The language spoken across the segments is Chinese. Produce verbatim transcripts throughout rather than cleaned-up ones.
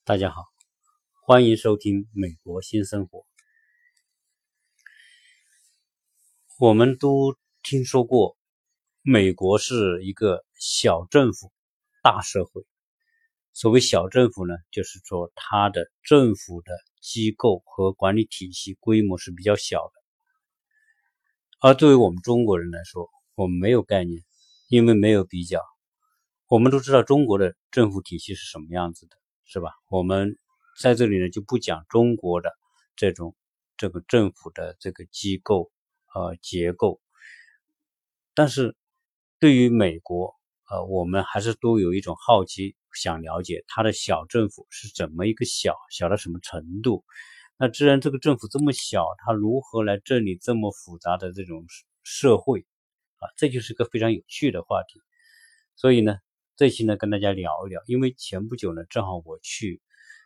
大家好，欢迎收听美国新生活。我们都听说过，美国是一个小政府大社会。所谓小政府呢，就是说它的政府的机构和管理体系规模是比较小的。而对于我们中国人来说，我们没有概念，因为没有比较。我们都知道中国的政府体系是什么样子的，是吧？我们在这里呢就不讲中国的这种这个政府的这个机构呃结构，但是对于美国呃我们还是都有一种好奇，想了解它的小政府是怎么一个小小到什么程度。那既然这个政府这么小，它如何来治理这么复杂的这种社会啊？这就是个非常有趣的话题。所以呢这期呢跟大家聊一聊，因为前不久呢正好我去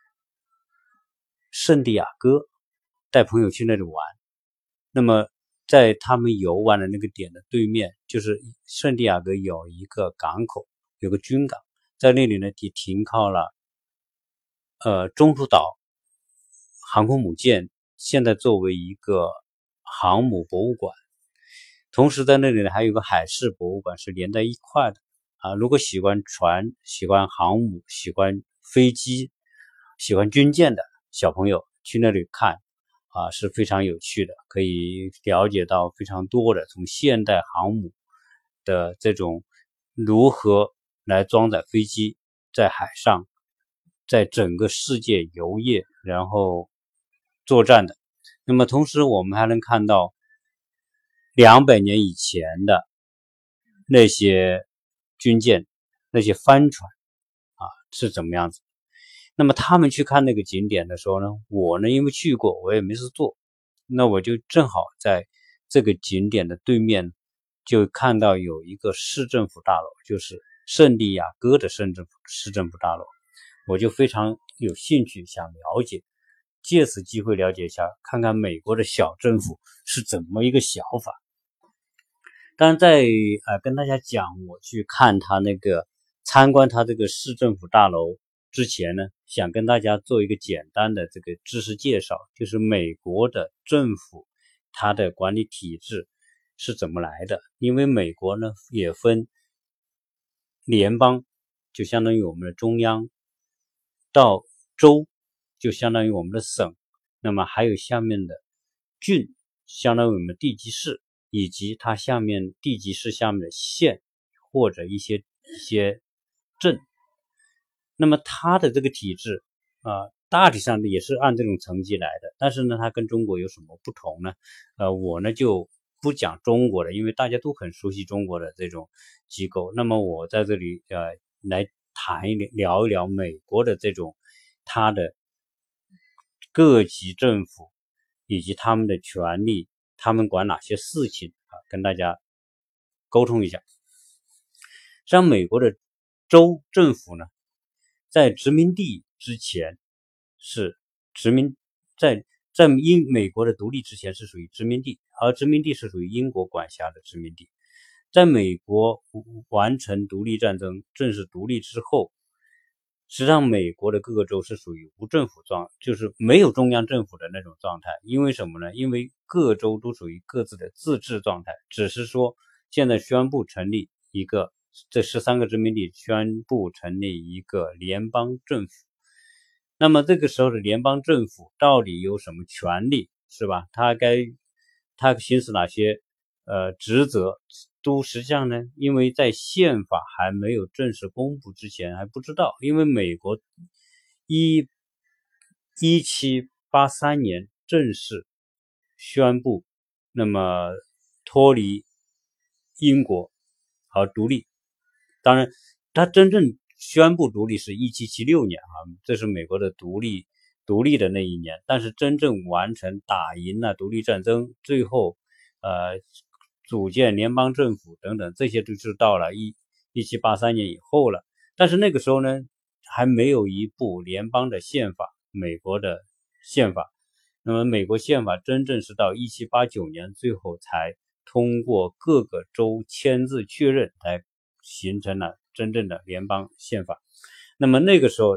圣地亚哥带朋友去那里玩，那么在他们游玩的那个点的对面，就是圣地亚哥有一个港口，有个军港，在那里呢也停靠了呃中途岛航空母舰，现在作为一个航母博物馆。同时在那里呢还有个海事博物馆，是连在一块的啊。如果喜欢船、喜欢航母、喜欢飞机、喜欢军舰的小朋友去那里看啊，是非常有趣的，可以了解到非常多的从现代航母的这种如何来装载飞机在海上，在整个世界游曳然后作战的。那么同时我们还能看到两百年以前的那些军舰、那些帆船啊是怎么样子。那么他们去看那个景点的时候呢，我呢因为去过，我也没事做，那我就正好在这个景点的对面就看到有一个市政府大楼，就是圣地亚哥的市政府市政府大楼，我就非常有兴趣想了解，借此机会了解一下，看看美国的小政府是怎么一个小法。当然在呃跟大家讲我去看他那个参观他这个市政府大楼之前呢，想跟大家做一个简单的这个知识介绍，就是美国的政府它的管理体制是怎么来的。因为美国呢也分联邦，就相当于我们的中央，到州就相当于我们的省，那么还有下面的郡相当于我们的地级市，以及它下面地级市下面的县或者一些一些镇。那么它的这个体制啊、呃，大体上也是按这种层级来的，但是呢它跟中国有什么不同呢？呃，我呢就不讲中国的，因为大家都很熟悉中国的这种机构。那么我在这里呃来谈一聊一聊美国的这种它的各级政府以及他们的权利，他们管哪些事情啊，跟大家沟通一下。像美国的州政府呢，在殖民地之前是殖民，在在英美国的独立之前是属于殖民地，而殖民地是属于英国管辖的殖民地。在美国完成独立战争正式独立之后，实际上美国的各个州是属于无政府状，就是没有中央政府的那种状态。因为什么呢？因为各州都属于各自的自治状态，只是说现在宣布成立一个，这十三个殖民地宣布成立一个联邦政府。那么这个时候的联邦政府到底有什么权利，是吧？他该他行使哪些呃职责，都实际上呢，因为在宪法还没有正式公布之前还不知道。因为美国一一七八三年正式宣布那么脱离英国和独立，当然他真正宣布独立是一七七六年啊，这是美国的独立独立的那一年。但是真正完成打赢了独立战争，最后呃组建联邦政府等等，这些都是到了一一七八三年以后了。但是那个时候呢，还没有一部联邦的宪法，美国的宪法。那么美国宪法真正是到一七八九年最后才通过各个州签字确认，才形成了真正的联邦宪法。那么那个时候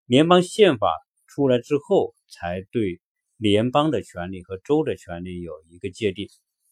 联邦宪法出来之后，才对联邦的权利和州的权利有一个界定。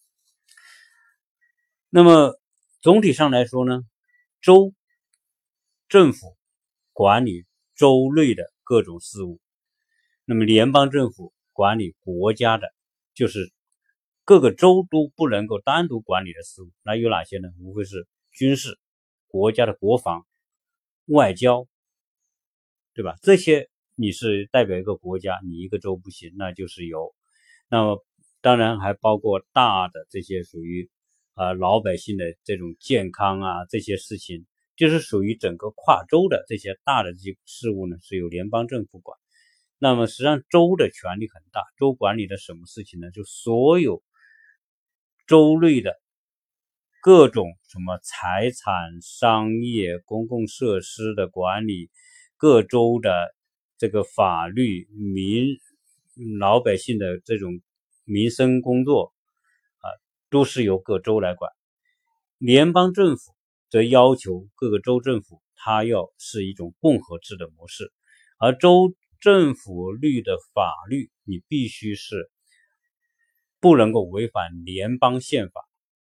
那么总体上来说呢，州政府管理州内的各种事务，那么联邦政府管理国家的，就是各个州都不能够单独管理的事务。那有哪些呢？无非是军事、国家的国防、外交，对吧？这些你是代表一个国家，你一个州不行，那就是由那么当然还包括大的这些属于呃老百姓的这种健康啊，这些事情就是属于整个跨州的这些大的这些事务呢，是由联邦政府管。那么实际上州的权力很大，州管理的什么事情呢？就所有州内的各种什么财产、商业、公共设施的管理，各州的这个法律、民老百姓的这种民生工作啊，都是由各州来管。联邦政府则要求各个州政府，它要是一种共和制的模式，而州政府律的法律，你必须是不能够违反联邦宪法。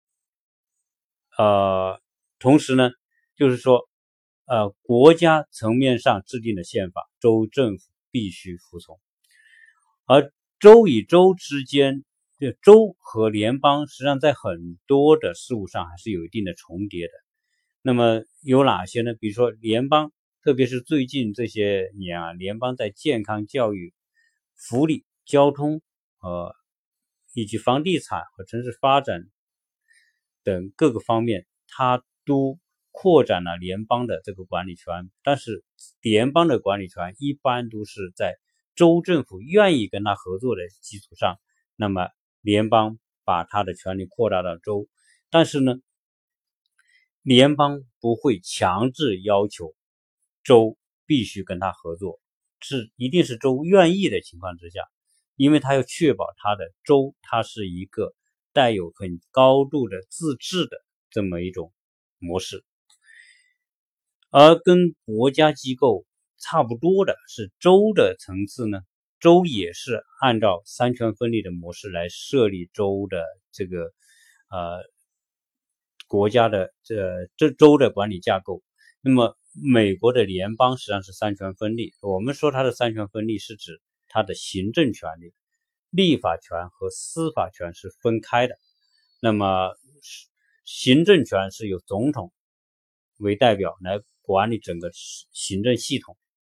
呃，同时呢，就是说，呃，国家层面上制定的宪法，州政府必须服从。而州与州之间，这州和联邦实际上在很多的事务上还是有一定的重叠的。那么有哪些呢？比如说联邦，特别是最近这些年啊，联邦在健康、教育、福利、交通呃以及房地产和城市发展等各个方面，它都扩展了联邦的这个管理权。但是联邦的管理权一般都是在州政府愿意跟他合作的基础上，那么联邦把他的权力扩大到州。但是呢，联邦不会强制要求州必须跟他合作，是一定是州愿意的情况之下，因为他要确保他的州它是一个带有很高度的自治的这么一种模式。而跟国家机构差不多的是州的层次呢，州也是按照三权分立的模式来设立州的这个呃国家的这这州的管理架构。那么美国的联邦实际上是三权分立，我们说它的三权分立是指它的行政权力、立法权和司法权是分开的。那么行政权是由总统为代表来管理整个行政系统，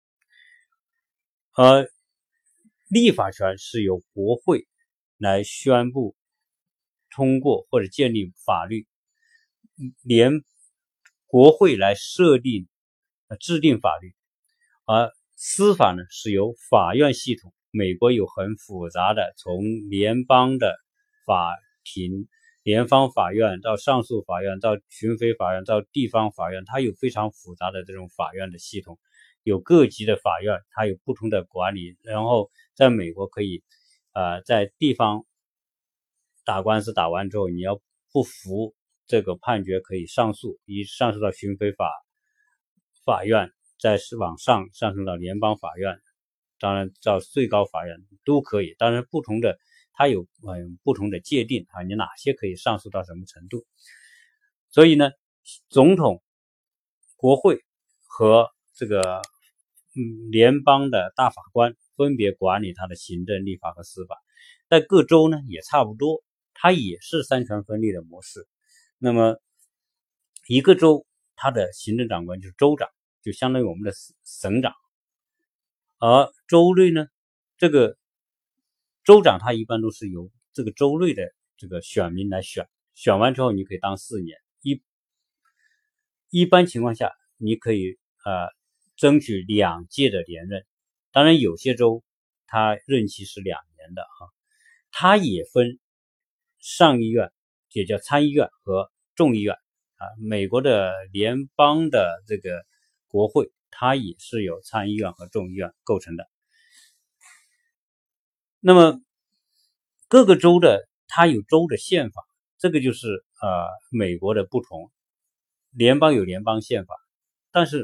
而立法权是由国会来宣布通过或者建立法律，联国会来设定制定法律。而司法呢是由法院系统，美国有很复杂的从联邦的法庭、联邦法院到上诉法院到巡回法院到地方法院，它有非常复杂的这种法院的系统，有各级的法院，它有不同的管理。然后在美国可以呃在地方打官司打完之后，你要不服这个判决可以上诉，一上诉到巡回法法院，再是往上上升到联邦法院，当然到最高法院都可以。当然不同的它有嗯不同的界定啊，你哪些可以上诉到什么程度。所以呢，总统、国会和这个嗯联邦的大法官分别管理他的行政、立法和司法。在各州呢也差不多，它也是三权分立的模式。那么一个州它的行政长官就是州长，就相当于我们的省长。而州内呢，这个州长他一般都是由这个州内的这个选民来选，选完之后你可以当四年，一一般情况下你可以呃争取两届的连任。当然有些州它任期是两年的啊，它也分上议院，也叫参议院和众议院啊。美国的联邦的这个国会，它也是由参议院和众议院构成的。那么各个州的它有州的宪法，这个就是呃美国的不同。联邦有联邦宪法，但是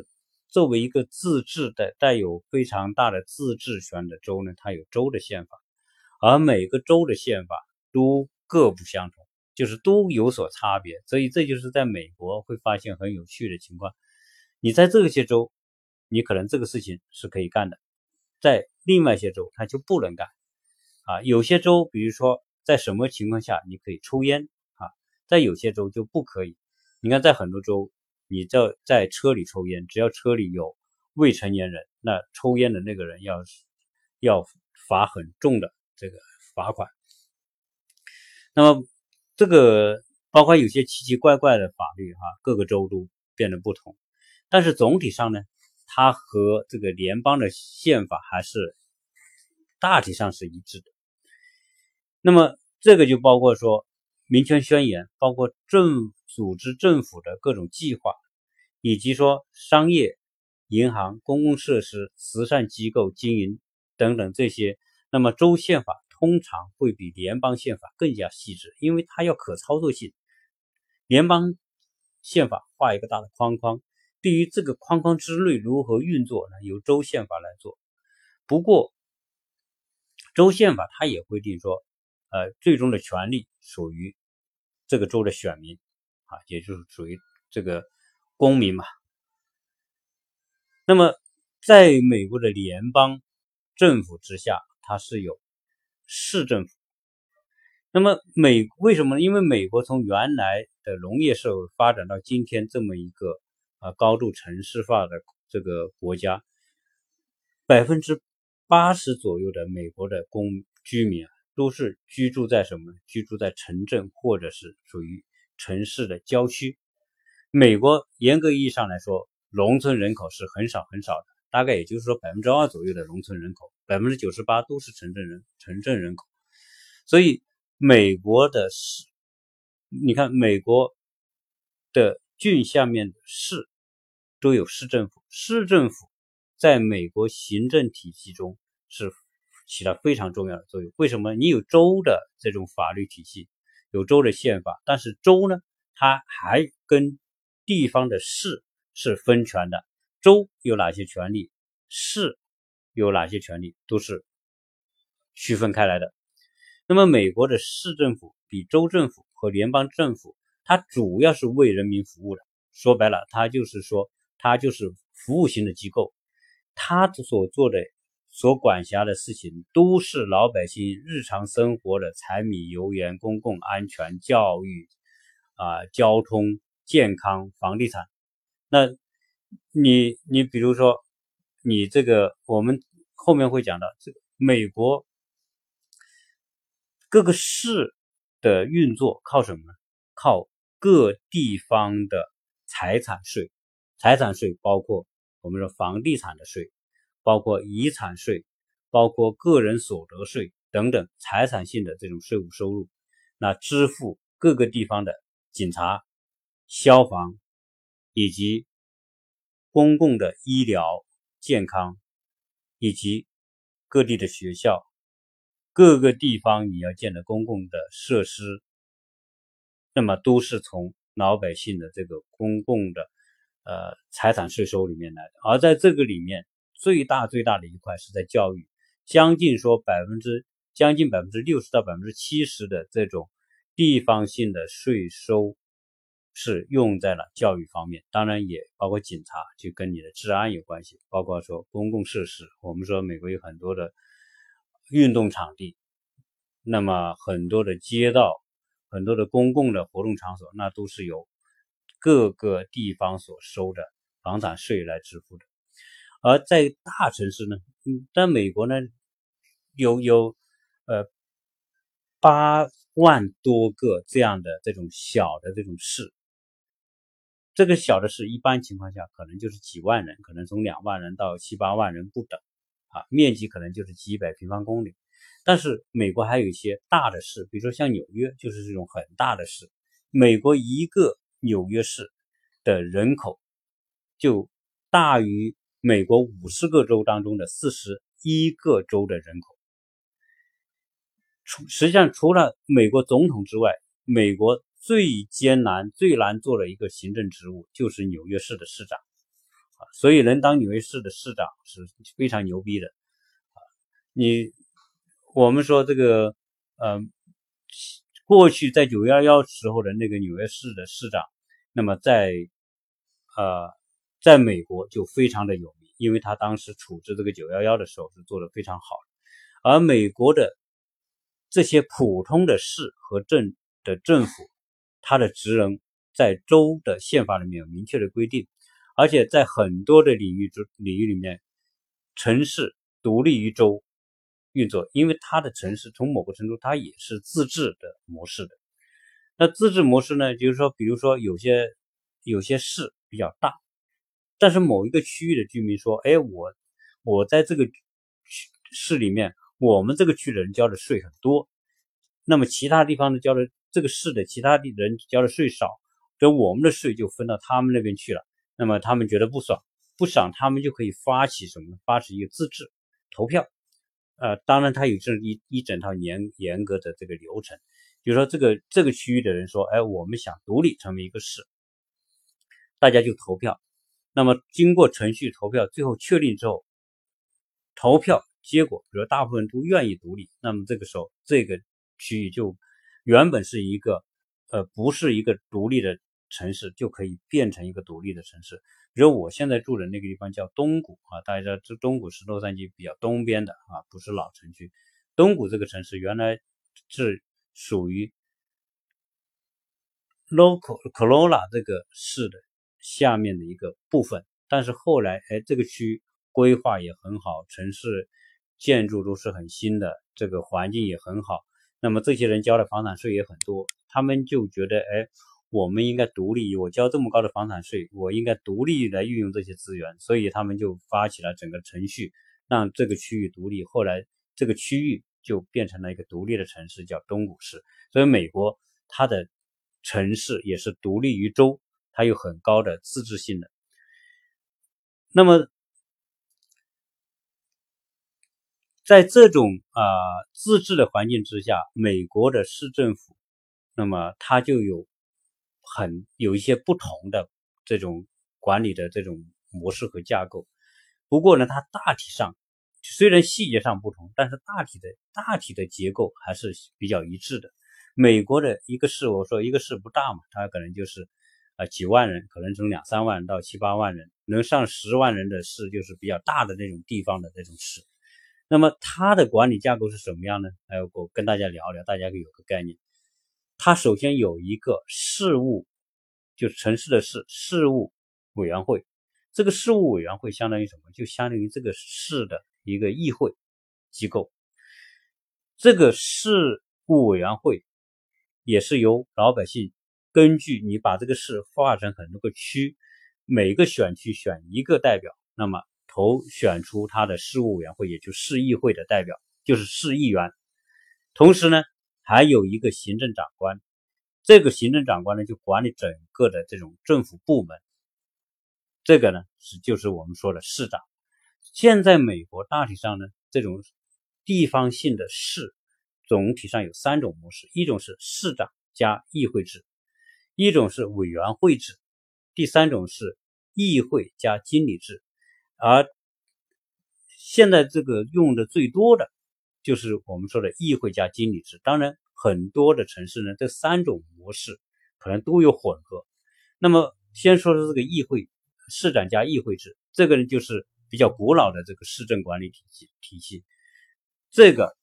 作为一个自治的带有非常大的自治权的州呢，它有州的宪法，而每个州的宪法都各不相同，就是都有所差别。所以这就是在美国会发现很有趣的情况，你在这些州你可能这个事情是可以干的，在另外一些州它就不能干啊。有些州比如说在什么情况下你可以抽烟啊，在有些州就不可以。你看在很多州你在在车里抽烟，只要车里有未成年人，那抽烟的那个人要要罚很重的这个罚款。那么这个包括有些奇奇怪怪的法律哈，各个州都变得不同，但是总体上呢，它和这个联邦的宪法还是大体上是一致的。那么这个就包括说民权宣言，包括政组织政府的各种计划，以及说商业、银行、公共设施、慈善机构经营等等这些。那么州宪法通常会比联邦宪法更加细致，因为它要可操作性。联邦宪法画一个大的框框，对于这个框框之内如何运作呢，由州宪法来做。不过州宪法它也规定说呃，最终的权利属于这个州的选民啊，也就是属于这个公民嘛。那么在美国的联邦政府之下，它是有市政府。那么美为什么呢？因为美国从原来的农业社会发展到今天这么一个呃高度城市化的这个国家，百分之八十左右的美国的公居民啊，都是居住在什么？居住在城镇或者是属于城市的郊区。美国严格意义上来说，农村人口是很少很少的，大概也就是说百分之二左右的农村人口，百分之九十八都是城镇人城镇人口。所以美国的市，你看美国的郡下面的市都有市政府，市政府在美国行政体系中是起到非常重要的作用。为什么？你有州的这种法律体系，有州的宪法，但是州呢，它还跟地方的市是分权的。州有哪些权利，市有哪些权利，都是区分开来的。那么美国的市政府比州政府和联邦政府，它主要是为人民服务的。说白了，它就是说它就是服务型的机构，它所做的所管辖的事情都是老百姓日常生活的柴米油盐、公共安全、教育啊、交通、健康、房地产。那你你比如说你这个我们后面会讲到这个美国各个市的运作靠什么呢？靠各地方的财产税。财产税包括我们说房地产的税，包括遗产税，包括个人所得税等等财产性的这种税务收入，那支付各个地方的警察、消防以及公共的医疗、健康，以及各地的学校，各个地方你要建的公共的设施，那么都是从老百姓的这个公共的呃财产税收里面来的。而在这个里面，最大最大的一块是在教育，将近说百分之将近百分之六十到百分之七十的这种地方性的税收是用在了教育方面，当然也包括警察，就跟你的治安有关系，包括说公共设施。我们说美国有很多的运动场地，那么很多的街道，很多的公共的活动场所，那都是由各个地方所收的房产税来支付的。而在大城市呢，在美国呢，有有呃八万多个这样的这种小的这种市。这个小的市一般情况下可能就是几万人，可能从两万人到七八万人不等啊，面积可能就是几百平方公里。但是美国还有一些大的市，比如说像纽约就是这种很大的市。美国一个纽约市的人口就大于美国五十个州当中的四十一个州的人口。实际上除了美国总统之外，美国最艰难最难做的一个行政职务就是纽约市的市长所以能当纽约市的市长是非常牛逼的。你我们说这个呃，过去在九一一时候的那个纽约市的市长，那么在呃在美国就非常的有名，因为他当时处置这个九一一的时候是做得非常好的。而美国的这些普通的市和镇的政府，它的职能在州的宪法里面有明确的规定，而且在很多的领域领域里面，城市独立于州运作，因为它的城市从某个程度它也是自治的模式的。那自治模式呢，就是说比如说有些有些市比较大，但是某一个区域的居民说，哎，我我在这个市里面，我们这个区的人交的税很多，那么其他地方的交的这个市的其他的人交的税少，跟我们的税就分到他们那边去了，那么他们觉得不爽，不爽他们就可以发起什么？发起一个自治投票。呃，当然他有这一一整套严严格的这个流程，比如说这个这个区域的人说，哎，我们想独立成为一个市，大家就投票。那么经过程序投票，最后确定之后，投票结果，比如大部分都愿意独立，那么这个时候这个区域就原本是一个呃不是一个独立的城市，就可以变成一个独立的城市。比如我现在住的那个地方叫东谷啊，大家知道这东谷是洛杉矶比较东边的啊，不是老城区。东谷这个城市原来是属于 Local Corolla 这个市的下面的一个部分，但是后来哎这个区规划也很好，城市建筑都是很新的，这个环境也很好，那么这些人交的房产税也很多，他们就觉得哎我们应该独立，我交这么高的房产税，我应该独立来运用这些资源，所以他们就发起了整个程序，让这个区域独立。后来这个区域就变成了一个独立的城市，叫东谷市。所以美国它的城市也是独立于州，它有很高的自治性的。那么在这种啊、呃、自治的环境之下，美国的市政府，那么它就有很有一些不同的这种管理的这种模式和架构。不过呢，它大体上虽然细节上不同，但是大体的大体的结构还是比较一致的。美国的一个市，我说一个市不大嘛，它可能就是啊、呃、几万人，可能从两三万到七八万人，能上十万人的市就是比较大的那种地方的那种市。那么它的管理架构是什么样呢？哎，我跟大家聊聊，大家有个概念。它首先有一个事务，就是城市的市事务委员会。这个事务委员会相当于什么？就相当于这个市的一个议会机构。这个事务委员会也是由老百姓根据你把这个市划成很多个区，每个选区选一个代表，那么投选出他的事务委员会，也就是市议会的代表，就是市议员。同时呢，还有一个行政长官，这个行政长官呢就管理整个的这种政府部门，这个呢是就是我们说的市长。现在美国大体上呢，这种地方性的市总体上有三种模式，一种是市长加议会制，一种是委员会制，第三种是议会加经理制。而现在这个用的最多的就是我们说的议会加经理制。当然很多的城市呢，这三种模式可能都有混合。那么先说说这个议会市长加议会制，这个呢就是比较古老的这个市政管理体系体系。这个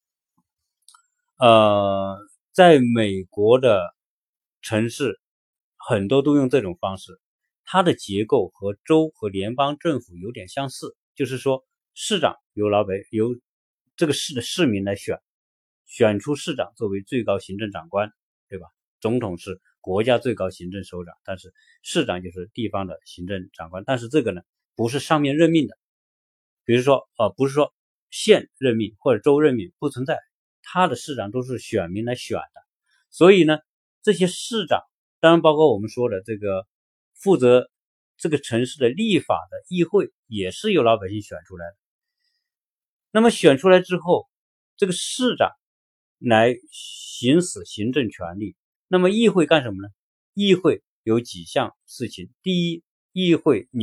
呃，在美国的城市很多都用这种方式，它的结构和州和联邦政府有点相似，就是说市长由老百由这个市的市民来选，选出市长作为最高行政长官，对吧？总统是国家最高行政首长，但是市长就是地方的行政长官。但是这个呢，不是上面任命的，比如说呃，不是说县任命或者州任命，不存在，他的市长都是选民来选的。所以呢，这些市长当然包括我们说的这个负责这个城市的立法的议会，也是由老百姓选出来的。那么选出来之后，这个市长来行使行政权力。那么议会干什么呢？议会有几项事情。第一，议会你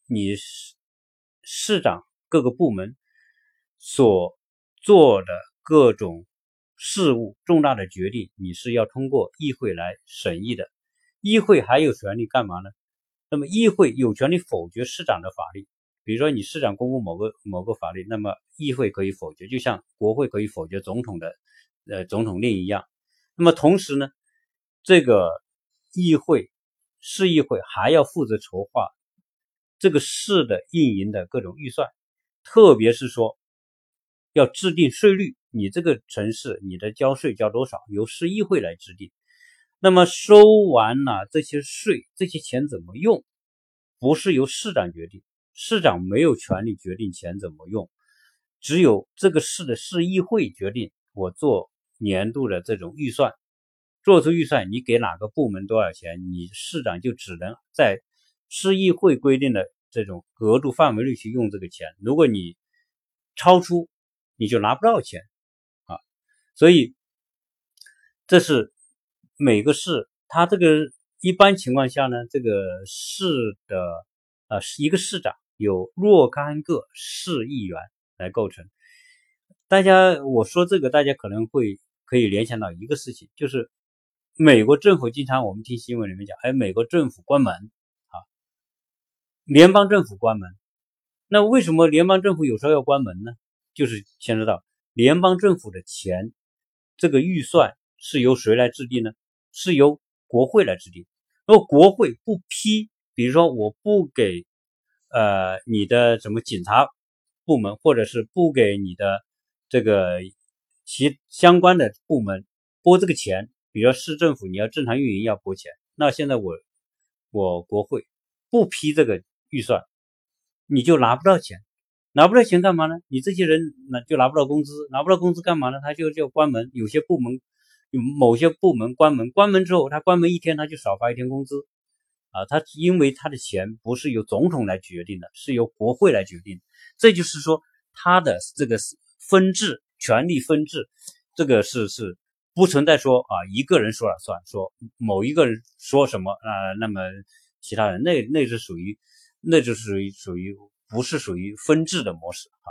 你市长各个部门所做的各种事务重大的决定，你是要通过议会来审议的。议会还有权利干嘛呢？那么议会有权利否决市长的法律，比如说你市长公布某个某个法律，那么议会可以否决，就像国会可以否决总统的呃总统令一样。那么同时呢，这个议会市议会还要负责筹划这个市的运营的各种预算，特别是说要制定税率，你这个城市你的交税交多少，由市议会来制定。那么收完了这些税，这些钱怎么用，不是由市长决定，市长没有权利决定钱怎么用，只有这个市的市议会决定。我做年度的这种预算，做出预算，你给哪个部门多少钱，你市长就只能在市议会规定的这种额度范围内去用这个钱，如果你超出，你就拿不到钱啊。所以这是每个市，它这个一般情况下呢，这个市的呃一个市长有若干个市议员来构成。大家我说这个，大家可能会可以联想到一个事情，就是美国政府经常我们听新闻里面讲，哎，美国政府关门啊，联邦政府关门。那为什么联邦政府有时候要关门呢？就是牵扯到联邦政府的钱，这个预算是由谁来制定呢？是由国会来制定。如果国会不批，比如说我不给呃你的什么警察部门，或者是不给你的这个其相关的部门拨这个钱，比如说市政府你要正常运营要拨钱，那现在我我国会不批这个预算，你就拿不到钱。拿不到钱干嘛呢？你这些人那就拿不到工资，拿不到工资干嘛呢？他就就关门，有些部门有某些部门关门，关门之后他关门一天他就少发一天工资啊，他因为他的钱不是由总统来决定的，是由国会来决定的。这就是说他的这个分治，权力分治，这个是是不存在说啊一个人说了算，说某一个人说什么啊、呃，那么其他人那那是属于那就是属于属于不是属于分治的模式啊。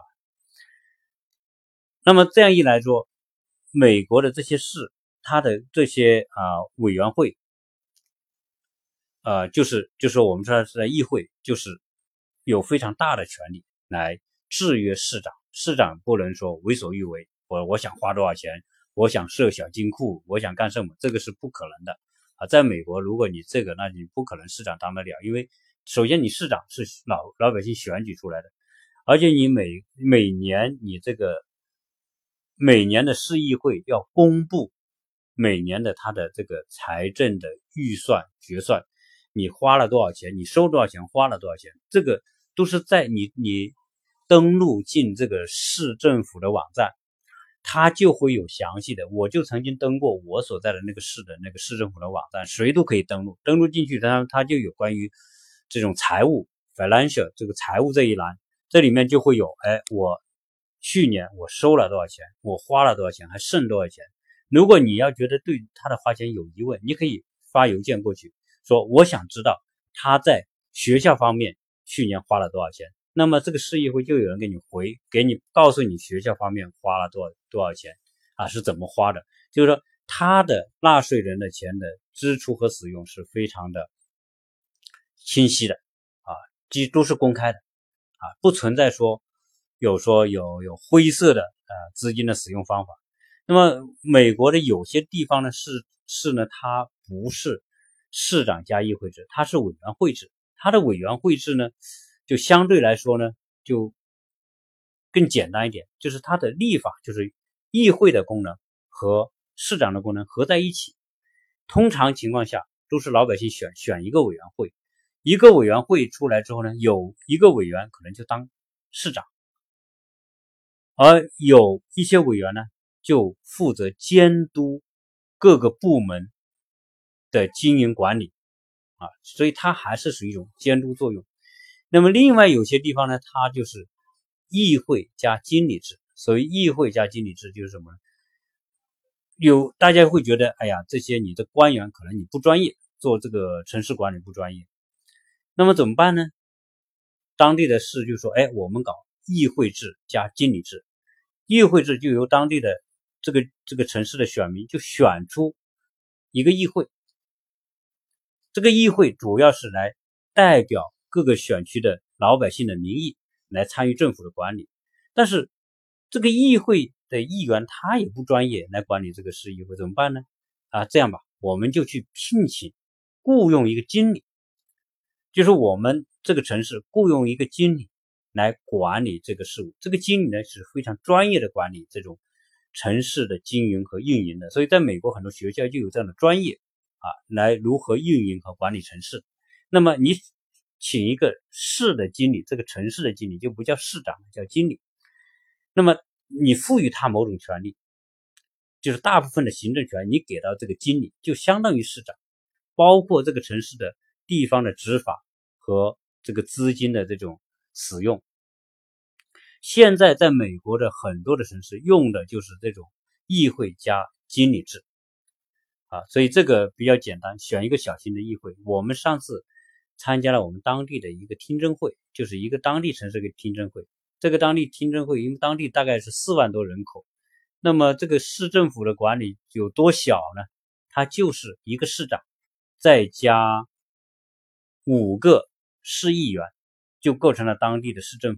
那么这样一来说，美国的这些市，它的这些啊、呃、委员会，呃，就是就是我们说是在议会，就是有非常大的权力来制约市长。市长不能说为所欲为，我我想花多少钱，我想设小金库，我想干什么，这个是不可能的啊。在美国，如果你这个，那你不可能市长当得了，因为首先你市长是老老百姓选举出来的，而且你每每年你这个每年的市议会要公布每年的他的这个财政的预算决算，你花了多少钱，你收多少钱，花了多少钱，这个都是在你你登录进这个市政府的网站，它就会有详细的。我就曾经登过我所在的那个市的那个市政府的网站，谁都可以登录，登录进去它它就有关于这种财务 financial 这个财务这一栏，这里面就会有，哎，我去年我收了多少钱，我花了多少钱，还剩多少钱。如果你要觉得对他的花钱有疑问，你可以发邮件过去说我想知道他在学校方面去年花了多少钱，那么这个市议会就有人给你回，给你告诉你学校方面花了多少多少钱啊，是怎么花的，就是说他的纳税人的钱的支出和使用是非常的清晰的啊，即都是公开的啊，不存在说有说有有灰色的呃资金的使用方法。那么美国的有些地方呢是是呢，它不是市长加议会制，它是委员会制。它的委员会制呢，就相对来说呢就更简单一点，就是它的立法就是议会的功能和市长的功能合在一起。通常情况下都是老百姓选选一个委员会，一个委员会出来之后呢，有一个委员可能就当市长，而有一些委员呢就负责监督各个部门的经营管理啊，所以它还是属于一种监督作用。那么另外有些地方呢，它就是议会加经理制。所谓议会加经理制就是什么呢？有大家会觉得，哎呀，这些你的官员可能你不专业，做这个城市管理不专业，那么怎么办呢？ 当地的市就说，哎，我们搞议会制加经理制，议会制就由当地的这个这个城市的选民就选出一个议会，这个议会主要是来代表各个选区的老百姓的民意来参与政府的管理，但是这个议会的议员他也不专业来管理这个市议会，怎么办呢？啊，这样吧，我们就去聘请雇佣一个经理，就是我们这个城市雇佣一个经理来管理这个事务，这个经理呢是非常专业的管理这种城市的经营和运营的，所以在美国很多学校就有这样的专业啊，来如何运营和管理城市。那么你请一个市的经理，这个城市的经理就不叫市长，叫经理。那么你赋予他某种权利，就是大部分的行政权你给到这个经理，就相当于市长，包括这个城市的地方的执法和这个资金的这种使用。现在在美国的很多的城市用的就是这种议会加经理制啊，所以这个比较简单，选一个小型的议会。我们上次参加了我们当地的一个听证会，就是一个当地城市的听证会。这个当地听证会，因为当地大概是四万多人口，那么这个市政府的管理有多小呢？它就是一个市长再加五个市议员，就构成了当地的市政府。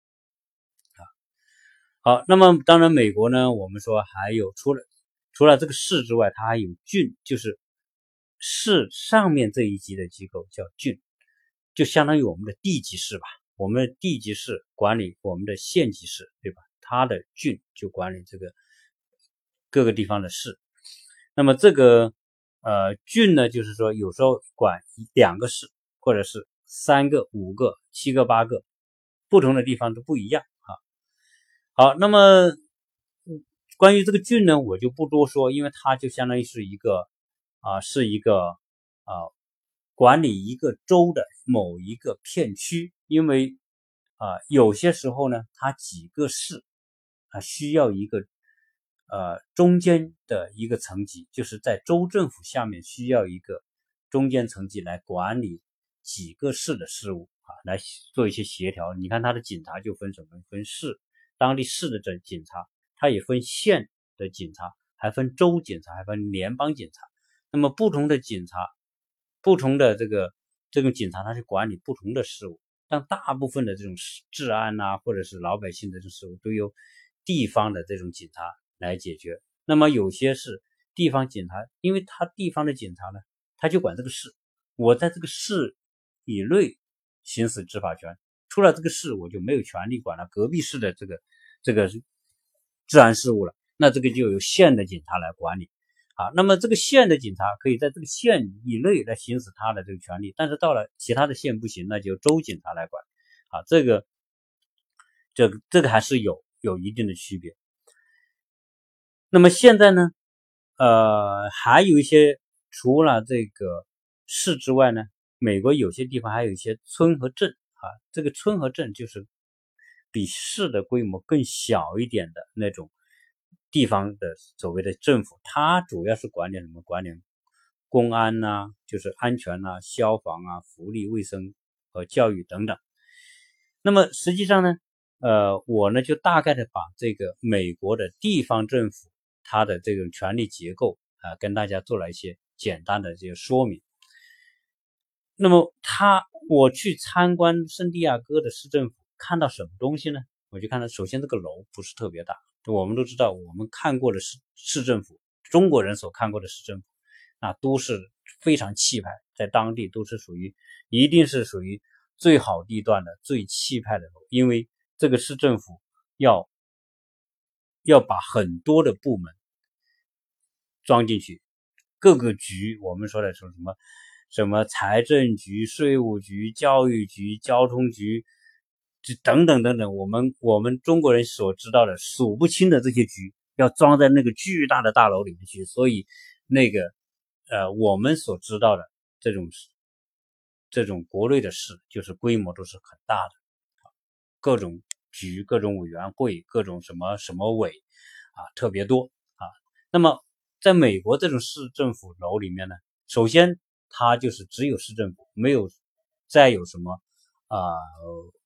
好，那么当然美国呢，我们说还有除了除了这个市之外，它还有郡，就是市上面这一级的机构叫郡，就相当于我们的地级市吧。我们的地级市管理我们的县级市，对吧？它的郡就管理这个各个地方的市。那么这个呃郡呢，就是说有时候管两个市，或者是三个、五个、七个、八个，不同的地方都不一样啊。好，那么关于这个郡呢，我就不多说，因为它就相当于是一个啊，是一个啊管理一个州的某一个片区。因为啊有些时候呢，它几个市啊需要一个呃中间的一个层级，就是在州政府下面需要一个中间层级来管理几个市的事务啊，来做一些协调。你看它的警察就分什么？分市，当地市的这警察，它也分县的警察，还分州警察，还分联邦警察。那么不同的警察，不同的这个这种警察，它是管理不同的事务。但大部分的这种治安呐、啊，或者是老百姓的这种事务，都由地方的这种警察来解决。那么有些是地方警察，因为他地方的警察呢，他就管这个市，我在这个市以内行使执法权，出了这个市我就没有权利管了隔壁市的这个这个治安事务了，那这个就由县的警察来管理啊。那么这个县的警察可以在这个县以内来行使他的这个权利，但是到了其他的县不行，那就州警察来管啊。这个这个这个还是有有一定的区别。那么现在呢，呃，还有一些除了这个市之外呢，美国有些地方还有一些村和镇啊。这个村和镇就是比市的规模更小一点的那种地方的所谓的政府，它主要是管理什么？管理公安呐、啊，就是安全呐、啊、消防啊、福利、卫生和教育等等。那么实际上呢，呃，我呢就大概的把这个美国的地方政府它的这种权力结构啊、呃，跟大家做了一些简单的这个说明。那么他我去参观圣地亚哥的市政府，看到什么东西呢？我就看到首先这个楼不是特别大，我们都知道我们看过的市市政府，中国人所看过的市政府啊，都是非常气派，在当地都是属于一定是属于最好地段的最气派的楼，因为这个市政府要要把很多的部门装进去，各个局，我们说的是什么什么财政局、税务局、教育局、交通局等等等等，我们我们中国人所知道的数不清的这些局要装在那个巨大的大楼里面去，所以那个呃我们所知道的这种这种国内的市就是规模都是很大的，各种局、各种委员会、各种什么什么委啊特别多啊。那么在美国这种市政府楼里面呢，首先它就是只有市政府，没有再有什么啊、呃、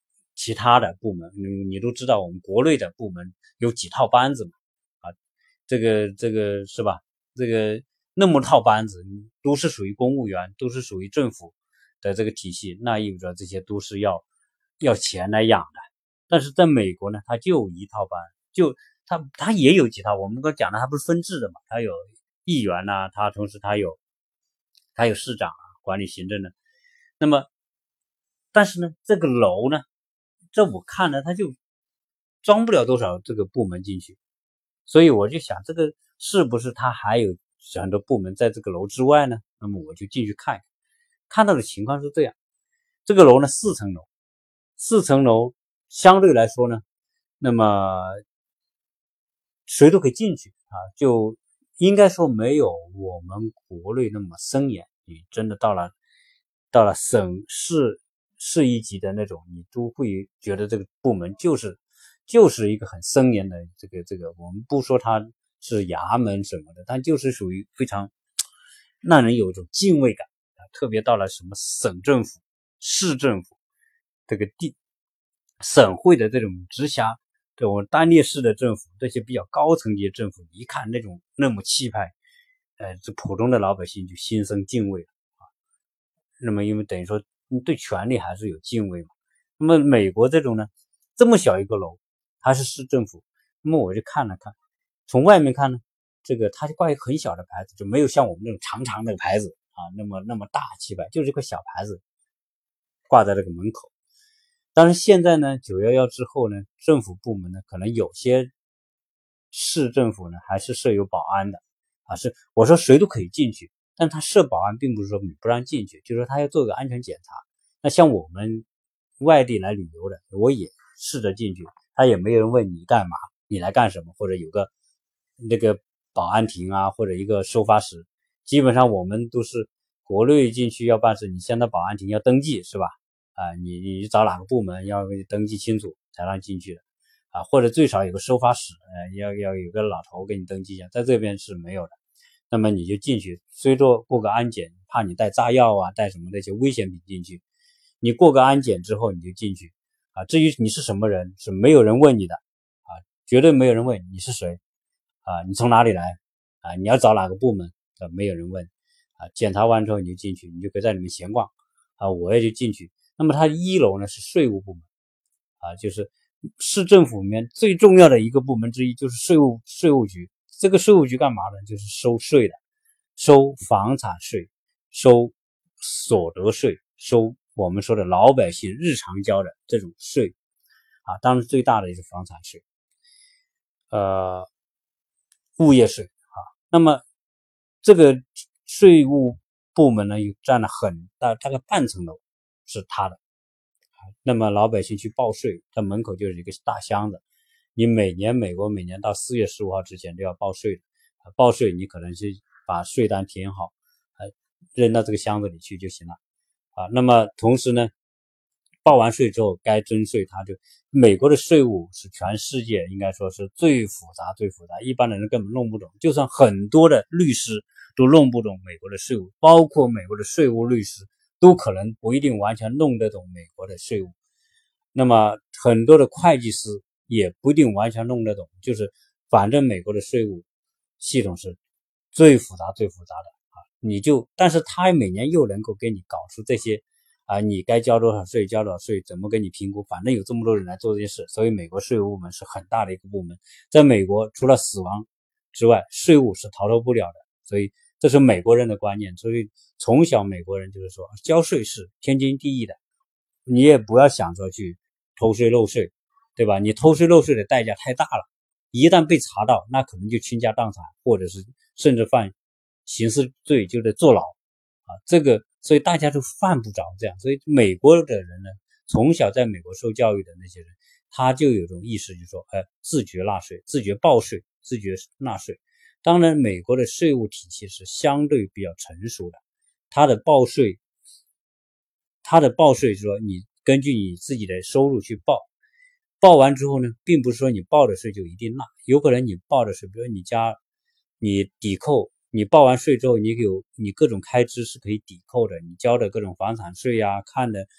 其他的部门，你你都知道我们国内的部门有几套班子嘛，啊，这个这个是吧？这个那么套班子都是属于公务员，都是属于政府的这个体系，那意味着这些都是要要钱来养的。但是在美国呢，它就一套班，就它它也有几套，我们刚讲的它不是分治的嘛，它有议员呐、啊，它同时它有它有市长啊，管理行政的。那么但是呢，这个楼呢，这我看呢，它就装不了多少这个部门进去，所以我就想，这个是不是它还有很多部门在这个楼之外呢？那么我就进去看，看到的情况是这样，这个楼呢四层楼，四层楼相对来说呢，那么谁都可以进去啊，就应该说没有我们国内那么森严。你真的到了到了省市市一级的那种，你都会觉得这个部门就是就是一个很森严的这个这个，我们不说它是衙门什么的，但就是属于非常让人有一种敬畏感啊。特别到了什么省政府、市政府这个地省会的这种直辖这种单列市的政府，这些比较高层级的政府，一看那种那么气派，呃，这普通的老百姓就心生敬畏了啊。那么因为等于说你对权力还是有敬畏嘛。那么美国这种呢，这么小一个楼，它是市政府，那么我就看了看，从外面看呢，这个它就挂一个很小的牌子，就没有像我们那种长长的牌子啊，那么那么大气派，就是一块小牌子挂在这个门口。当然现在呢，九一一之后呢，政府部门呢，可能有些市政府呢还是设有保安的啊，是我说谁都可以进去，但他设保安并不是说你不让进去，就是说他要做个安全检查。那像我们外地来旅游的，我也试着进去，他也没有人问你干嘛，你来干什么，或者有个那个保安亭啊，或者一个收发室。基本上我们都是国内进去要办事，你先到保安亭要登记是吧？啊，你你找哪个部门要登记清楚才让进去的啊，或者最少有个收发室，呃，要要有个老头给你登记一下，在这边是没有的。那么你就进去，虽说过个安检，怕你带炸药啊，带什么那些危险品进去，你过个安检之后你就进去啊。至于你是什么人，是没有人问你的啊，绝对没有人问你是谁啊，你从哪里来啊，你要找哪个部门啊，没有人问啊。检查完之后你就进去，你就可以在里面闲逛啊，我也就进去。那么它一楼呢是税务部门啊，就是市政府里面最重要的一个部门之一，就是税务税务局。这个税务局干嘛呢？就是收税的，收房产税，收所得税，收我们说的老百姓日常交的这种税啊。当然最大的就是房产税，呃，物业税啊。那么这个税务部门呢，又占了很大，大概半层楼是他的。那么老百姓去报税，它门口就是一个大箱子，你每年美国每年到四月十五号之前都要报税的，报税你可能是把税单填好，呃，扔到这个箱子里去就行了啊。那么同时呢，报完税之后该征税，它就美国的税务是全世界应该说是最复杂最复杂，一般的人根本弄不懂，就算很多的律师都弄不懂美国的税务，包括美国的税务律师都可能不一定完全弄得懂美国的税务。那么很多的会计师也不一定完全弄得懂，就是反正美国的税务系统是最复杂最复杂的啊，你就但是他每年又能够给你搞出这些啊，你该交多少税交多少税，怎么给你评估，反正有这么多人来做这些事，所以美国税务部门是很大的一个部门。在美国除了死亡之外，税务是逃脱不了的，所以这是美国人的观念。所以从小美国人就是说交税是天经地义的，你也不要想着去偷税漏税，对吧？你偷税漏税的代价太大了，一旦被查到，那可能就倾家荡产，或者是甚至犯刑事罪，就得坐牢啊。这个所以大家都犯不着这样。所以美国的人呢，从小在美国受教育的那些人，他就有种意识，就是说，哎，自觉纳税，自觉报税，自觉纳税。当然，美国的税务体系是相对比较成熟的，它的报税，它的报税说你根据你自己的收入去报，报完之后呢，并不是说你报的税就一定纳，有可能你报的税，比如你家你抵扣，你报完税之后，你有你各种开支是可以抵扣的，你交的各种房产税呀、看的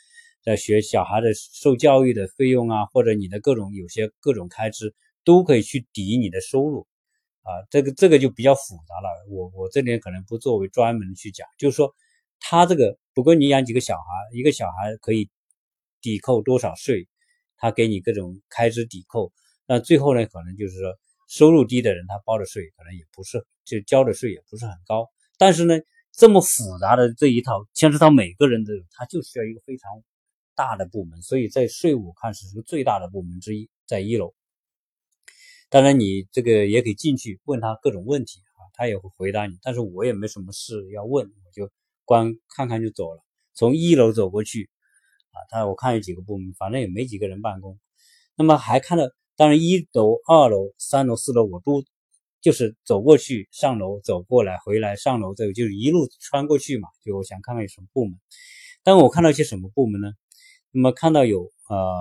在学小孩的受教育的费用啊，或者你的各种有些各种开支都可以去抵你的收入啊，这个这个就比较复杂了，我我这里可能不作为专门去讲，就是说他这个不管你养几个小孩，一个小孩可以抵扣多少税，他给你各种开支抵扣，那最后呢可能就是说收入低的人他包的税可能也不是就交的税也不是很高，但是呢这么复杂的这一套牵涉到每个人的，他就需要一个非常大的部门，所以在税务看是最大的部门之一，在一楼。当然你这个也可以进去问他各种问题啊，他也会回答你，但是我也没什么事要问，我就光看看就走了。从一楼走过去啊，他我看有几个部门，反正也没几个人办公。那么还看到，当然一楼、二楼、三楼、四楼我都就是走过去，上楼走过来，回来上楼，这个就是一路穿过去嘛，就我想看看有什么部门。但我看到一些什么部门呢？那么看到有呃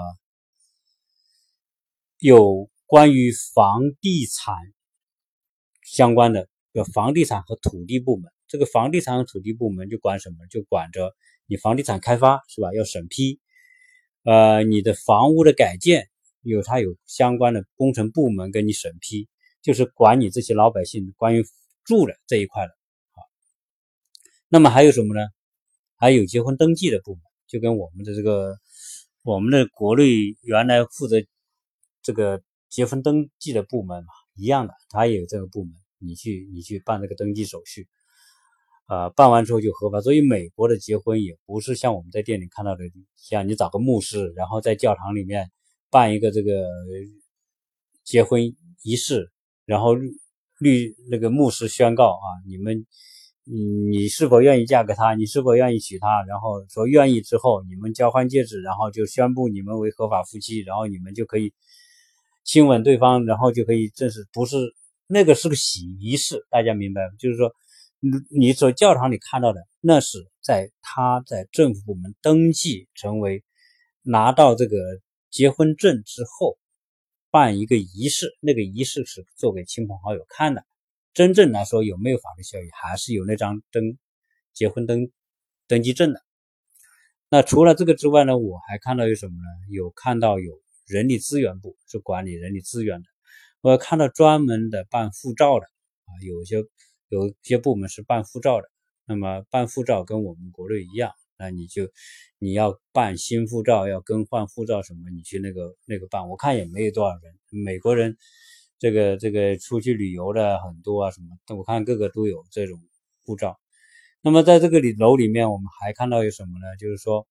有关于房地产相关的，有房地产和土地部门。这个房地产和土地部门就管什么？就管着你房地产开发是吧？要审批，呃，你的房屋的改建有它有相关的工程部门跟你审批，就是管你这些老百姓关于住的这一块的啊。那么还有什么呢？还有结婚登记的部门，就跟我们的这个我们的国内原来负责这个结婚登记的部门嘛一样的，它也有这个部门，你去你去办这个登记手续，呃，办完之后就合法。所以美国的结婚也不是像我们在店里看到的，像你找个牧师，然后在教堂里面办一个这个结婚仪式，然后律那个牧师宣告啊，你们你是否愿意嫁给他，你是否愿意娶她，然后说愿意之后你们交换戒指，然后就宣布你们为合法夫妻，然后你们就可以亲吻对方，然后就可以正式，不是那个是个喜仪式，大家明白吗？就是说你所教堂里看到的那是在他在政府部门登记成为拿到这个结婚证之后办一个仪式，那个仪式是做给亲朋好友看的，真正来说有没有法律效益还是有那张登结婚登登记证的。那除了这个之外呢，我还看到有什么呢？有看到有人力资源部是管理人力资源的，我看到专门的办护照的啊，有些有些部门是办护照的。那么办护照跟我们国内一样，那你就你要办新护照，要更换护照什么，你去那个那个办。我看也没有多少人，美国人这个这个出去旅游的很多啊什么，我看各个都有这种护照。那么在这个里楼里面，我们还看到有什么呢？就是说，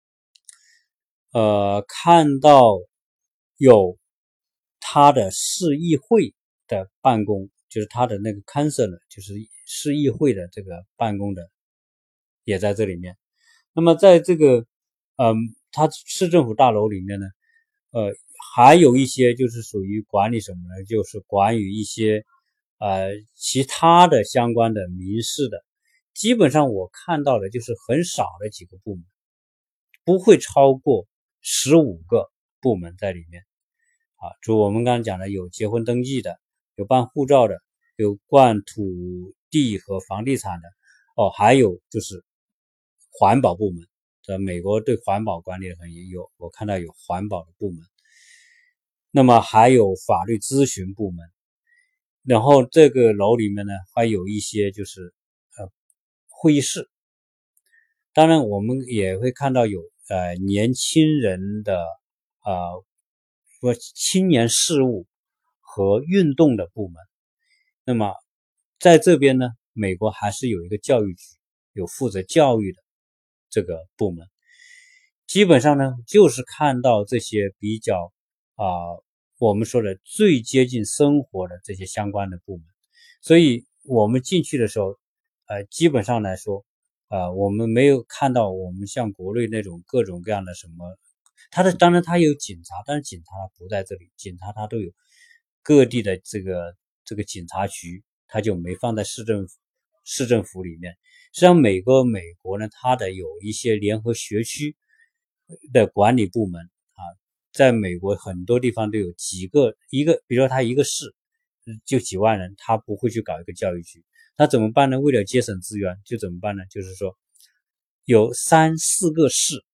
呃，看到有他的市议会的办公，就是他的那个 council， 就是市议会的这个办公的也在这里面。那么在这个嗯，他市政府大楼里面呢，呃，还有一些就是属于管理什么呢？就是管于一些呃其他的相关的民事的，基本上我看到的就是很少的几个部门，不会超过十五个部门在里面啊。就我们刚刚讲的，有结婚登记的，有办护照的，有管土地和房地产的，哦，还有就是环保部门。在美国对环保管理很严，有我看到有环保的部门，那么还有法律咨询部门，然后这个楼里面呢还有一些就是呃会议室，当然我们也会看到有呃年轻人的呃说青年事务和运动的部门。那么在这边呢，美国还是有一个教育局，有负责教育的这个部门。基本上呢，就是看到这些比较啊、呃，我们说的最接近生活的这些相关的部门。所以我们进去的时候，呃，基本上来说，呃，我们没有看到我们像国内那种各种各样的什么，他的当然他有警察，但是警察不在这里，警察他都有各地的这个这个警察局，他就没放在市政府市政府里面。实际上，美国美国呢，它的有一些联合学区的管理部门啊，在美国很多地方都有几个一个，比如说他一个市就几万人，他不会去搞一个教育局，他怎么办呢？为了节省资源，就怎么办呢？就是说有三四个市，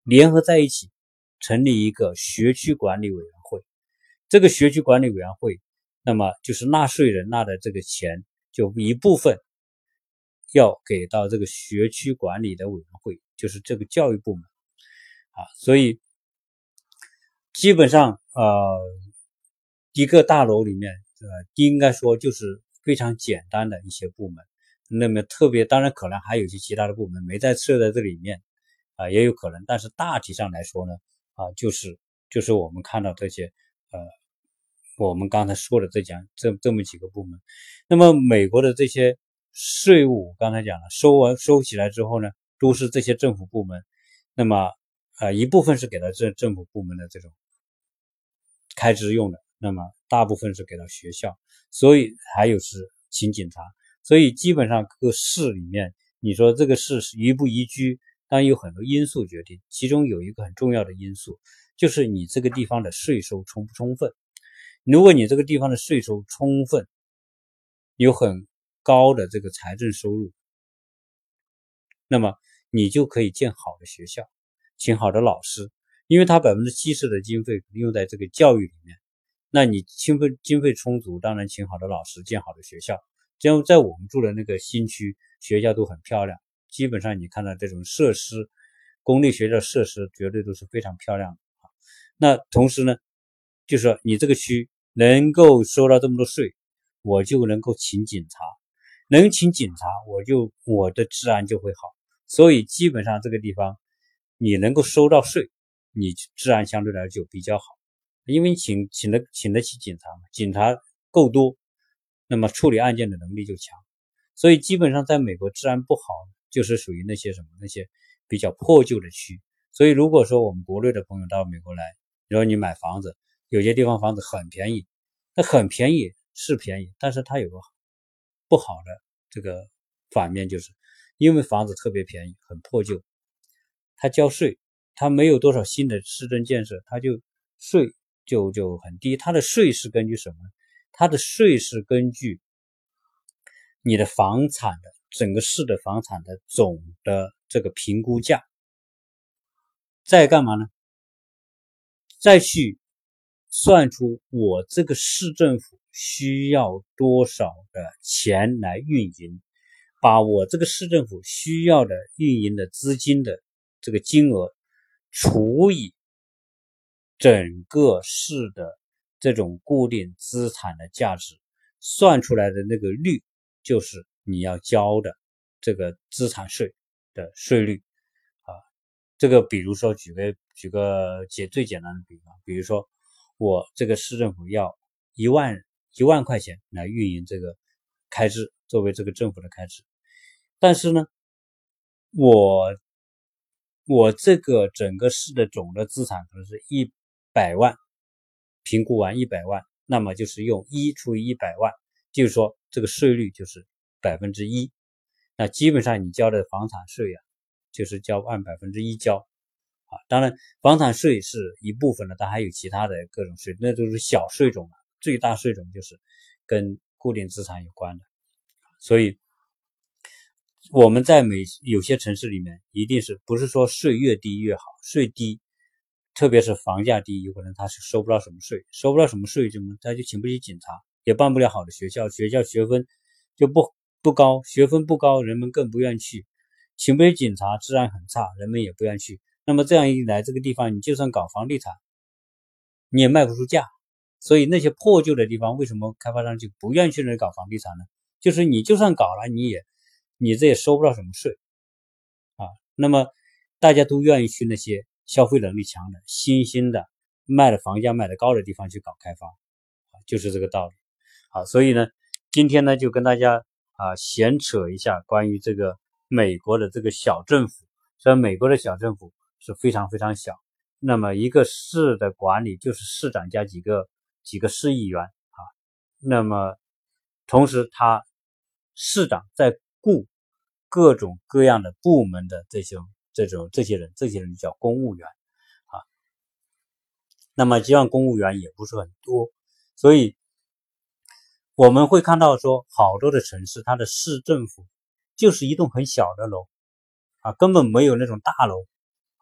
联合在一起成立一个学区管理委员会。这个学区管理委员会，那么就是纳税人纳的这个钱，就一部分要给到这个学区管理的委员会，就是这个教育部门啊。所以基本上呃一个大楼里面呃应该说就是非常简单的一些部门。那么特别当然可能还有一些其他的部门没在设在这里面啊，也有可能，但是大体上来说呢啊就是就是我们看到这些呃我们刚才说的这讲这这么几个部门。那么美国的这些税务刚才讲了，收完收起来之后呢，都是这些政府部门，那么呃一部分是给到这政府部门的这种开支用的，那么大部分是给到学校，所以还有是请警察。所以基本上各个市里面，你说这个市宜不宜居，当然有很多因素决定，其中有一个很重要的因素，就是你这个地方的税收充不充分。如果你这个地方的税收充分，有很高的这个财政收入，那么你就可以建好的学校，请好的老师，因为他 百分之七十 的经费用在这个教育里面，那你经费经费充足，当然请好的老师，建好的学校。这样在我们住的那个新区，学校都很漂亮，基本上你看到这种设施，公立学校设施绝对都是非常漂亮的。那同时呢，就是说你这个区能够收到这么多税，我就能够请警察，能请警察，我就我的治安就会好。所以基本上这个地方你能够收到税，你治安相对来说就比较好，因为你请请得请得起警察嘛，警察够多，那么处理案件的能力就强。所以基本上在美国治安不好，就是属于那些什么那些比较破旧的区。所以如果说我们国内的朋友到美国来，然后你买房子，有些地方房子很便宜，那很便宜是便宜，但是它有个不好的这个反面，就是因为房子特别便宜很破旧，它交税，它没有多少新的市政建设，它就税就就很低。它的税是根据什么？它的税是根据你的房产的整个市的房产的总的这个评估价，再干嘛呢？再去算出我这个市政府需要多少的钱来运营，把我这个市政府需要的运营的资金的这个金额除以整个市的这种固定资产的价值，算出来的那个率就是你要交的这个资产税的税率啊。这个比如说举个举个简最简单的比方，比如说我这个市政府要一万一万块钱来运营这个开支，作为这个政府的开支，但是呢，我我这个整个市的总的资产可能是一百万，评估完一百万，那么就是用一除以一百万，就是说这个税率就是百分之一。那基本上你交的房产税啊，就是交按百分之一交啊。当然，房产税是一部分的，但还有其他的各种税，那都是小税种了。最大税种就是跟固定资产有关的。所以我们在每有些城市里面，一定是不是说税越低越好，税低，特别是房价低，有可能他是收不到什么税，收不到什么税，就他就请不起警察，也办不了好的学校，学校学分就不不高，学分不高，人们更不愿去，请不起警察，治安很差，人们也不愿去。那么这样一来，这个地方你就算搞房地产，你也卖不出价。所以那些破旧的地方，为什么开发商就不愿意去那里搞房地产呢？就是你就算搞了，你也你这也收不到什么税啊。那么大家都愿意去那些消费能力强的、新兴的、卖的房价卖的高的地方去搞开发啊，就是这个道理。好，所以呢，今天呢就跟大家啊闲扯一下关于这个美国的这个小政府。虽然美国的小政府是非常非常小，那么一个市的管理就是市长加几个几个市议员啊，那么同时他市长在雇各种各样的部门的这种这种这些人，这些人叫公务员啊。那么这样公务员也不是很多，所以我们会看到说，好多的城市它的市政府就是一栋很小的楼啊，根本没有那种大楼啊。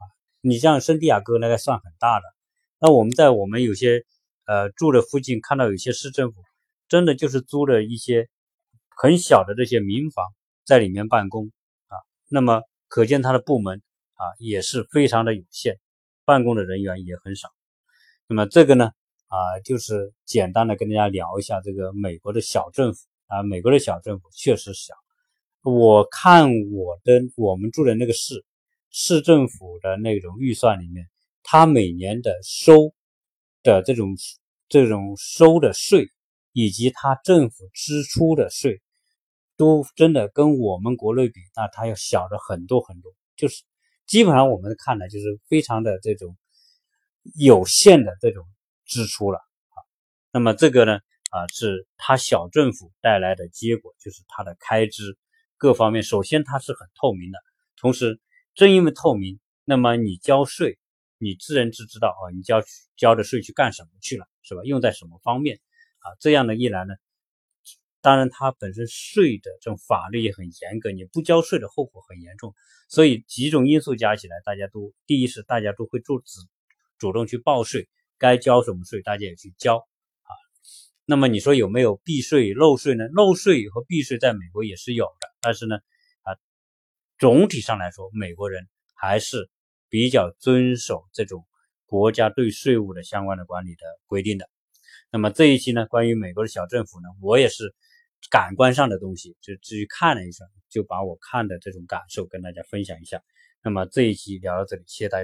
你像圣地亚哥那个算很大的，那我们在我们有些呃住的附近看到有些市政府真的就是租了一些很小的这些民房在里面办公啊，那么可见他的部门啊也是非常的有限，办公的人员也很少。那么这个呢啊就是简单的跟大家聊一下这个美国的小政府啊，美国的小政府确实小。我看我的我们住的那个市市政府的那种预算里面，它每年的收的这种这种收的税以及它政府支出的税都真的跟我们国内比，那它要小的很多很多，就是基本上我们看来就是非常的这种有限的这种支出了啊。那么这个呢啊是它小政府带来的结果，就是它的开支各方面，首先它是很透明的，同时正因为透明，那么你交税，你自然知道啊，你交交的税去干什么去了，是吧？用在什么方面啊？这样的一来呢，当然它本身税的这种法律也很严格，你不交税的后果很严重，所以几种因素加起来，大家都第一是大家都会主主动去报税，该交什么税大家也去交啊。那么你说有没有避税漏税呢？漏税和避税在美国也是有的，但是呢啊，总体上来说美国人还是比较遵守这种国家对税务的相关的管理的规定的。那么这一期呢关于美国的小政府呢，我也是感官上的东西就至于看了一下，就把我看的这种感受跟大家分享一下。那么这一期聊到这里，谢谢大家。